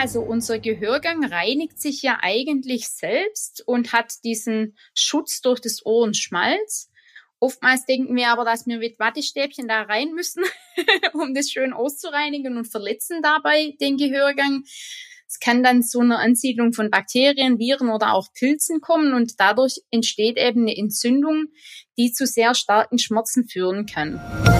also unser Gehörgang reinigt sich ja eigentlich selbst und hat diesen Schutz durch das Ohrenschmalz. Oftmals denken wir aber, dass wir mit Wattestäbchen da rein müssen, um das schön auszureinigen und verletzen dabei den Gehörgang. Es kann dann zu einer Ansiedlung von Bakterien, Viren oder auch Pilzen kommen und dadurch entsteht eben eine Entzündung, die zu sehr starken Schmerzen führen kann.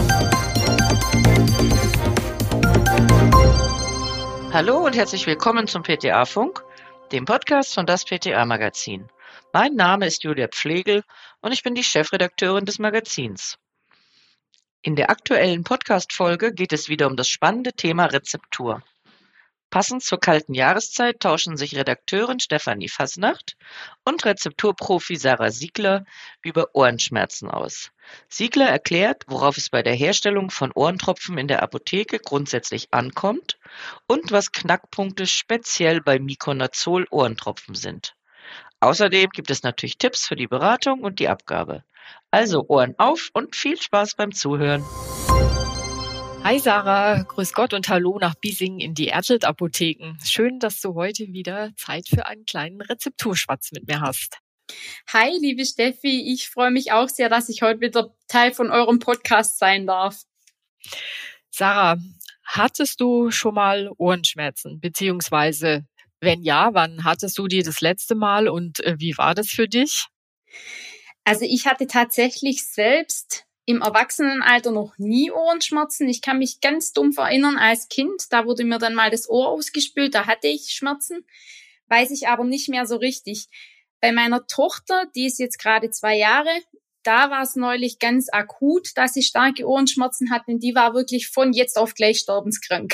Hallo und herzlich willkommen zum PTA-Funk, dem Podcast von das PTA-Magazin. Mein Name ist Julia Pflegel und ich bin die Chefredakteurin des Magazins. In der aktuellen Podcast-Folge geht es wieder um das spannende Thema Rezeptur. Passend zur kalten Jahreszeit tauschen sich Redakteurin Stefanie Fasnacht und Rezepturprofi Sarah Siegler über Ohrenschmerzen aus. Siegler erklärt, worauf es bei der Herstellung von Ohrentropfen in der Apotheke grundsätzlich ankommt und was Knackpunkte speziell bei Miconazol-Ohrentropfen sind. Außerdem gibt es natürlich Tipps für die Beratung und die Abgabe. Also Ohren auf und viel Spaß beim Zuhören. Hi Sarah, grüß Gott und hallo nach Biesingen in die Ertelt-Apotheken. Schön, dass du heute wieder Zeit für einen kleinen Rezepturschwatz mit mir hast. Hi, liebe Steffi, ich freue mich auch sehr, dass ich heute wieder Teil von eurem Podcast sein darf. Sarah, hattest du schon mal Ohrenschmerzen? Beziehungsweise, wenn ja, wann hattest du die das letzte Mal und wie war das für dich? Also ich hatte tatsächlich selbst im Erwachsenenalter noch nie Ohrenschmerzen. Ich kann mich ganz dumpf erinnern als Kind, da wurde mir dann mal das Ohr ausgespült, da hatte ich Schmerzen, weiß ich aber nicht mehr so richtig. Bei meiner Tochter, die ist jetzt gerade 2 Jahre, da war es neulich ganz akut, dass sie starke Ohrenschmerzen hat und die war wirklich von jetzt auf gleich sterbenskrank.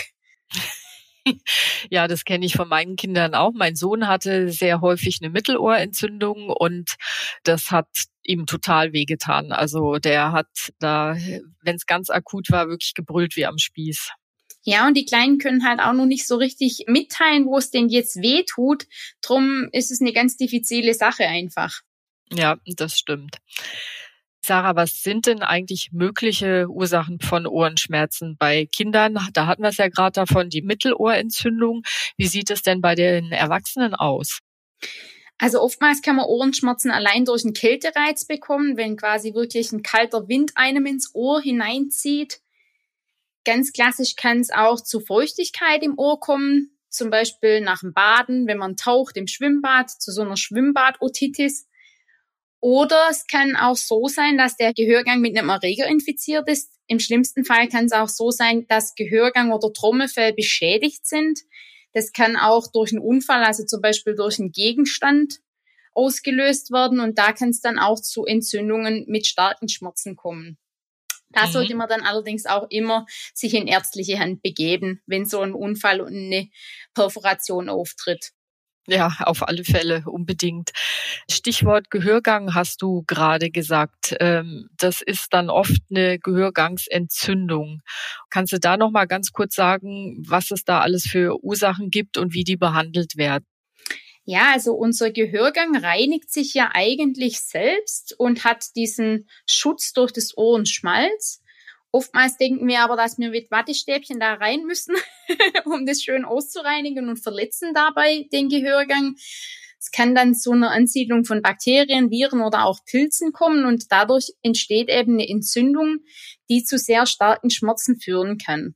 Ja, das kenne ich von meinen Kindern auch. Mein Sohn hatte sehr häufig eine Mittelohrentzündung und das hat ihm total wehgetan. Also der hat da, wenn es ganz akut war, wirklich gebrüllt wie am Spieß. Ja, und die Kleinen können halt auch noch nicht so richtig mitteilen, wo es denn jetzt weh tut. Drum ist es eine ganz diffizile Sache einfach. Ja, das stimmt. Sarah, was sind denn eigentlich mögliche Ursachen von Ohrenschmerzen bei Kindern? Da hatten wir es ja gerade davon, die Mittelohrentzündung. Wie sieht es denn bei den Erwachsenen aus? Also oftmals kann man Ohrenschmerzen allein durch einen Kältereiz bekommen, wenn quasi wirklich ein kalter Wind einem ins Ohr hineinzieht. Ganz klassisch kann es auch zu Feuchtigkeit im Ohr kommen, zum Beispiel nach dem Baden, wenn man taucht im Schwimmbad, zu so einer Schwimmbad-Otitis. Oder es kann auch so sein, dass der Gehörgang mit einem Erreger infiziert ist. Im schlimmsten Fall kann es auch so sein, dass Gehörgang oder Trommelfell beschädigt sind. Das kann auch durch einen Unfall, also zum Beispiel durch einen Gegenstand, ausgelöst werden. Und da kann es dann auch zu Entzündungen mit starken Schmerzen kommen. Da sollte man dann allerdings auch immer sich in ärztliche Hand begeben, wenn so ein Unfall und eine Perforation auftritt. Ja, auf alle Fälle, unbedingt. Stichwort Gehörgang hast du gerade gesagt. Das ist dann oft eine Gehörgangsentzündung. Kannst du da noch mal ganz kurz sagen, was es da alles für Ursachen gibt und wie die behandelt werden? Ja, also unser Gehörgang reinigt sich ja eigentlich selbst und hat diesen Schutz durch das Ohrenschmalz. Oftmals denken wir aber, dass wir mit Wattestäbchen da rein müssen, um das schön auszureinigen und verletzen dabei den Gehörgang. Es kann dann zu einer Ansiedlung von Bakterien, Viren oder auch Pilzen kommen und dadurch entsteht eben eine Entzündung, die zu sehr starken Schmerzen führen kann.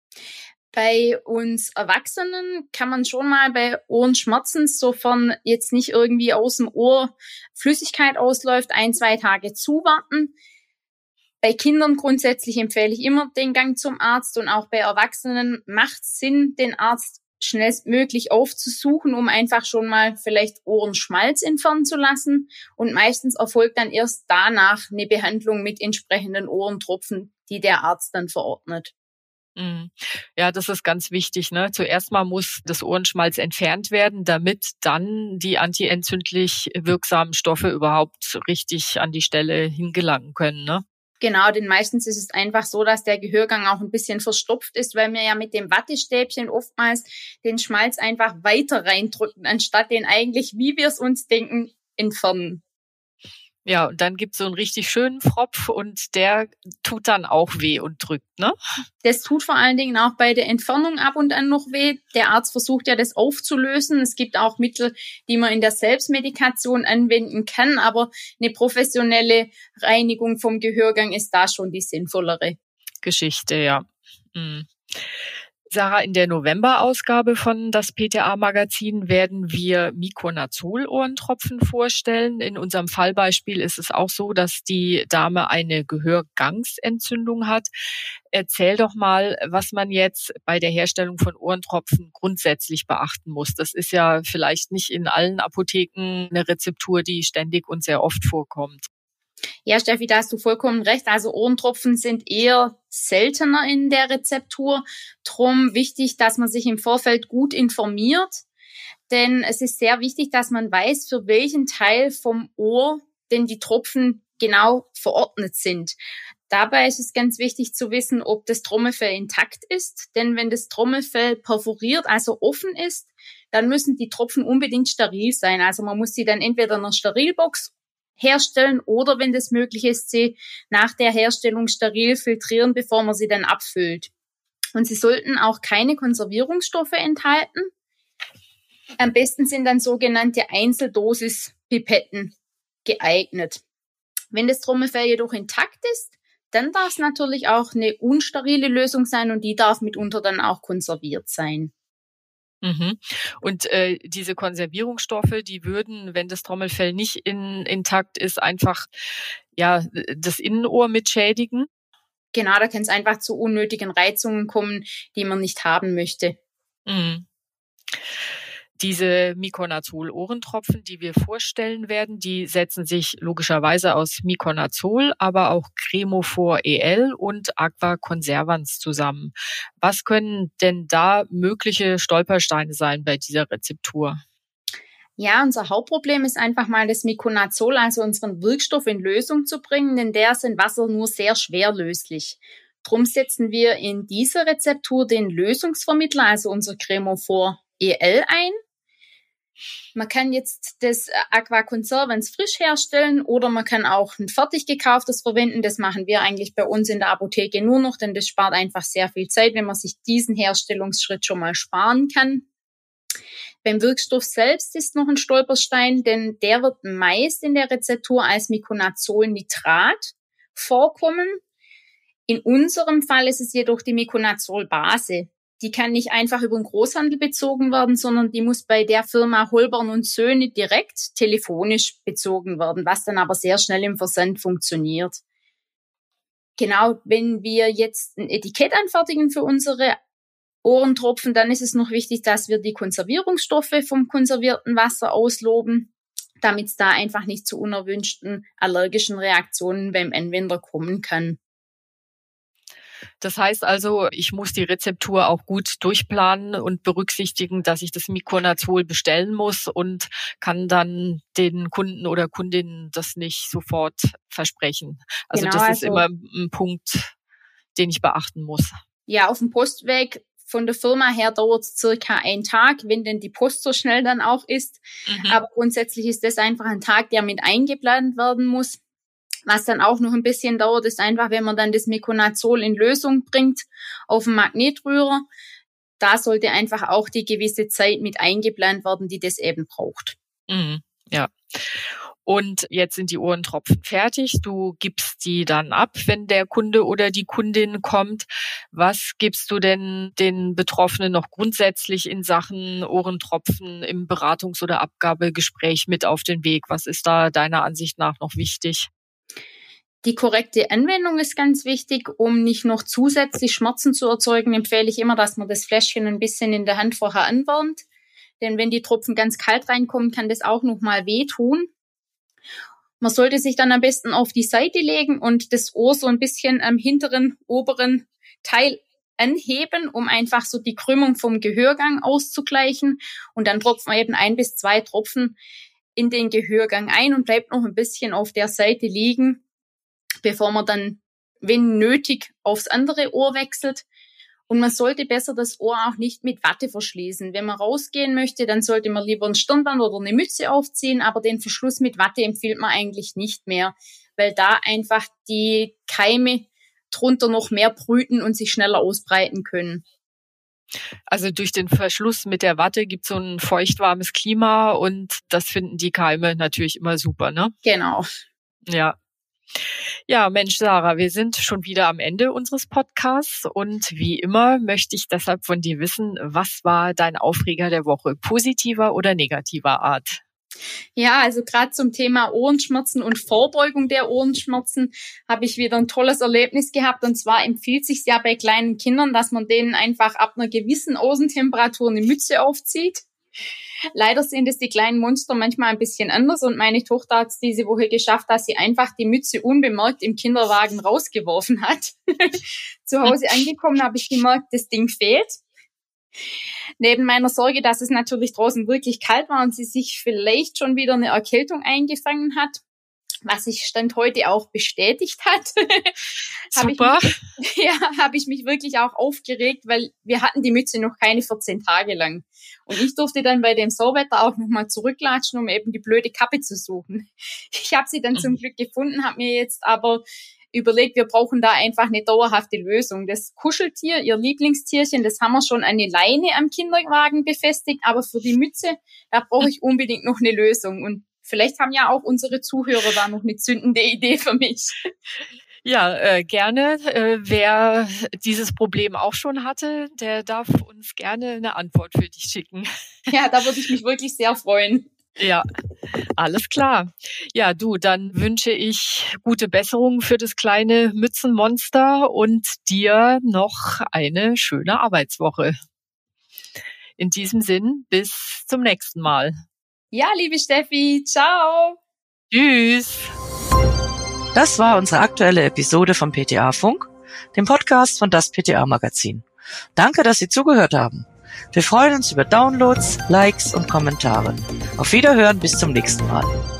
Bei uns Erwachsenen kann man schon mal bei Ohrenschmerzen, sofern jetzt nicht irgendwie aus dem Ohr Flüssigkeit ausläuft, 1-2 Tage zuwarten. Bei Kindern grundsätzlich empfehle ich immer den Gang zum Arzt und auch bei Erwachsenen macht es Sinn, den Arzt schnellstmöglich aufzusuchen, um einfach schon mal vielleicht Ohrenschmalz entfernen zu lassen. Und meistens erfolgt dann erst danach eine Behandlung mit entsprechenden Ohrentropfen, die der Arzt dann verordnet. Ja, das ist ganz wichtig, ne? Zuerst mal muss das Ohrenschmalz entfernt werden, damit dann die antientzündlich wirksamen Stoffe überhaupt richtig an die Stelle hingelangen können, ne? Genau, denn meistens ist es einfach so, dass der Gehörgang auch ein bisschen verstopft ist, weil wir ja mit dem Wattestäbchen oftmals den Schmalz einfach weiter reindrücken, anstatt den eigentlich, wie wir es uns denken, entfernen. Ja, und dann gibt's so einen richtig schönen Pfropf und der tut dann auch weh und drückt, ne? Das tut vor allen Dingen auch bei der Entfernung ab und an noch weh. Der Arzt versucht ja, das aufzulösen. Es gibt auch Mittel, die man in der Selbstmedikation anwenden kann, aber eine professionelle Reinigung vom Gehörgang ist da schon die sinnvollere Geschichte, ja. Mhm. Sarah, in der November-Ausgabe von das PTA-Magazin werden wir Miconazol-Ohrentropfen vorstellen. In unserem Fallbeispiel ist es auch so, dass die Dame eine Gehörgangsentzündung hat. Erzähl doch mal, was man jetzt bei der Herstellung von Ohrentropfen grundsätzlich beachten muss. Das ist ja vielleicht nicht in allen Apotheken eine Rezeptur, die ständig und sehr oft vorkommt. Ja, Steffi, da hast du vollkommen recht. Also Ohrentropfen sind eher seltener in der Rezeptur. Drum wichtig, dass man sich im Vorfeld gut informiert. Denn es ist sehr wichtig, dass man weiß, für welchen Teil vom Ohr denn die Tropfen genau verordnet sind. Dabei ist es ganz wichtig zu wissen, ob das Trommelfell intakt ist. Denn wenn das Trommelfell perforiert, also offen ist, dann müssen die Tropfen unbedingt steril sein. Also man muss sie dann entweder in einer Sterilbox herstellen oder, wenn das möglich ist, sie nach der Herstellung steril filtrieren, bevor man sie dann abfüllt. Und sie sollten auch keine Konservierungsstoffe enthalten. Am besten sind dann sogenannte Einzeldosis-Pipetten geeignet. Wenn das Trommelfell jedoch intakt ist, dann darf es natürlich auch eine unsterile Lösung sein und die darf mitunter dann auch konserviert sein. Mhm. Und diese Konservierungsstoffe, die würden, wenn das Trommelfell nicht intakt ist, einfach ja das Innenohr mit schädigen? Genau, da kann es einfach zu unnötigen Reizungen kommen, die man nicht haben möchte. Mhm. Diese Miconazol-Ohrentropfen, die wir vorstellen werden, die setzen sich logischerweise aus Miconazol, aber auch Cremophor EL und Aqua Conservans zusammen. Was können denn da mögliche Stolpersteine sein bei dieser Rezeptur? Ja, unser Hauptproblem ist einfach mal das Miconazol, also unseren Wirkstoff in Lösung zu bringen, denn der ist in Wasser nur sehr schwer löslich. Drum setzen wir in dieser Rezeptur den Lösungsvermittler, also unser Cremophor EL ein. Man kann jetzt das Aqua Conservans frisch herstellen oder man kann auch ein fertig gekauftes verwenden. Das machen wir eigentlich bei uns in der Apotheke nur noch, denn das spart einfach sehr viel Zeit, wenn man sich diesen Herstellungsschritt schon mal sparen kann. Beim Wirkstoff selbst ist noch ein Stolperstein, denn der wird meist in der Rezeptur als Miconazolnitrat vorkommen. In unserem Fall ist es jedoch die Miconazolbase. Die kann nicht einfach über den Großhandel bezogen werden, sondern die muss bei der Firma Holborn und Söhne direkt telefonisch bezogen werden, was dann aber sehr schnell im Versand funktioniert. Genau, wenn wir jetzt ein Etikett anfertigen für unsere Ohrentropfen, dann ist es noch wichtig, dass wir die Konservierungsstoffe vom konservierten Wasser ausloben, damit es da einfach nicht zu unerwünschten allergischen Reaktionen beim Anwender kommen kann. Das heißt also, ich muss die Rezeptur auch gut durchplanen und berücksichtigen, dass ich das Miconazol bestellen muss und kann dann den Kunden oder Kundinnen das nicht sofort versprechen. Also Genau, das ist immer ein Punkt, den ich beachten muss. Ja, auf dem Postweg von der Firma her dauert es circa einen Tag, wenn denn die Post so schnell dann auch ist. Aber grundsätzlich ist das einfach ein Tag, der mit eingeplant werden muss. Was dann auch noch ein bisschen dauert, ist einfach, wenn man dann das Miconazol in Lösung bringt auf dem Magnetrührer. Da sollte einfach auch die gewisse Zeit mit eingeplant werden, die das eben braucht. Ja. Und jetzt sind die Ohrentropfen fertig. Du gibst die dann ab, wenn der Kunde oder die Kundin kommt. Was gibst du denn den Betroffenen noch grundsätzlich in Sachen Ohrentropfen im Beratungs- oder Abgabegespräch mit auf den Weg? Was ist da deiner Ansicht nach noch wichtig? Die korrekte Anwendung ist ganz wichtig. Um nicht noch zusätzlich Schmerzen zu erzeugen, empfehle ich immer, dass man das Fläschchen ein bisschen in der Hand vorher anwärmt. Denn wenn die Tropfen ganz kalt reinkommen, kann das auch noch mal wehtun. Man sollte sich dann am besten auf die Seite legen und das Ohr so ein bisschen am hinteren, oberen Teil anheben, um einfach so die Krümmung vom Gehörgang auszugleichen. Und dann tropft man eben 1 bis 2 Tropfen in den Gehörgang ein und bleibt noch ein bisschen auf der Seite liegen, bevor man dann, wenn nötig, aufs andere Ohr wechselt. Und man sollte besser das Ohr auch nicht mit Watte verschließen. Wenn man rausgehen möchte, dann sollte man lieber ein Stirnband oder eine Mütze aufziehen, aber den Verschluss mit Watte empfiehlt man eigentlich nicht mehr, weil da einfach die Keime drunter noch mehr brüten und sich schneller ausbreiten können. Also durch den Verschluss mit der Watte gibt es so ein feuchtwarmes Klima und das finden die Keime natürlich immer super, ne? Genau. Ja. Ja, Mensch, Sarah, wir sind schon wieder am Ende unseres Podcasts und wie immer möchte ich deshalb von dir wissen, was war dein Aufreger der Woche, positiver oder negativer Art? Ja, also gerade zum Thema Ohrenschmerzen und Vorbeugung der Ohrenschmerzen habe ich wieder ein tolles Erlebnis gehabt. Und zwar empfiehlt es sich ja bei kleinen Kindern, dass man denen einfach ab einer gewissen Außentemperatur eine Mütze aufzieht. Leider sind es die kleinen Monster manchmal ein bisschen anders und meine Tochter hat es diese Woche geschafft, dass sie einfach die Mütze unbemerkt im Kinderwagen rausgeworfen hat. Zu Hause angekommen habe ich gemerkt, das Ding fehlt. Neben meiner Sorge, dass es natürlich draußen wirklich kalt war und sie sich vielleicht schon wieder eine Erkältung eingefangen hat, was sich Stand heute auch bestätigt hat, habe ich mich wirklich auch aufgeregt, weil wir hatten die Mütze noch keine 14 Tage lang. Und ich durfte dann bei dem Sauwetter auch nochmal zurücklatschen, um eben die blöde Kappe zu suchen. Ich habe sie dann zum Glück gefunden, habe mir jetzt aber überlegt, wir brauchen da einfach eine dauerhafte Lösung. Das Kuscheltier, ihr Lieblingstierchen, das haben wir schon an eine Leine am Kinderwagen befestigt, aber für die Mütze, da brauche ich unbedingt noch eine Lösung. Und vielleicht haben ja auch unsere Zuhörer da noch eine zündende Idee für mich. Ja, gerne. Wer dieses Problem auch schon hatte, der darf uns gerne eine Antwort für dich schicken. Ja, da würde ich mich wirklich sehr freuen. Ja, alles klar. Ja, du, dann wünsche ich gute Besserung für das kleine Mützenmonster und dir noch eine schöne Arbeitswoche. In diesem Sinn, bis zum nächsten Mal. Ja, liebe Steffi, ciao. Tschüss. Das war unsere aktuelle Episode vom PTA Funk, dem Podcast von das PTA Magazin. Danke, dass Sie zugehört haben. Wir freuen uns über Downloads, Likes und Kommentare. Auf Wiederhören, bis zum nächsten Mal.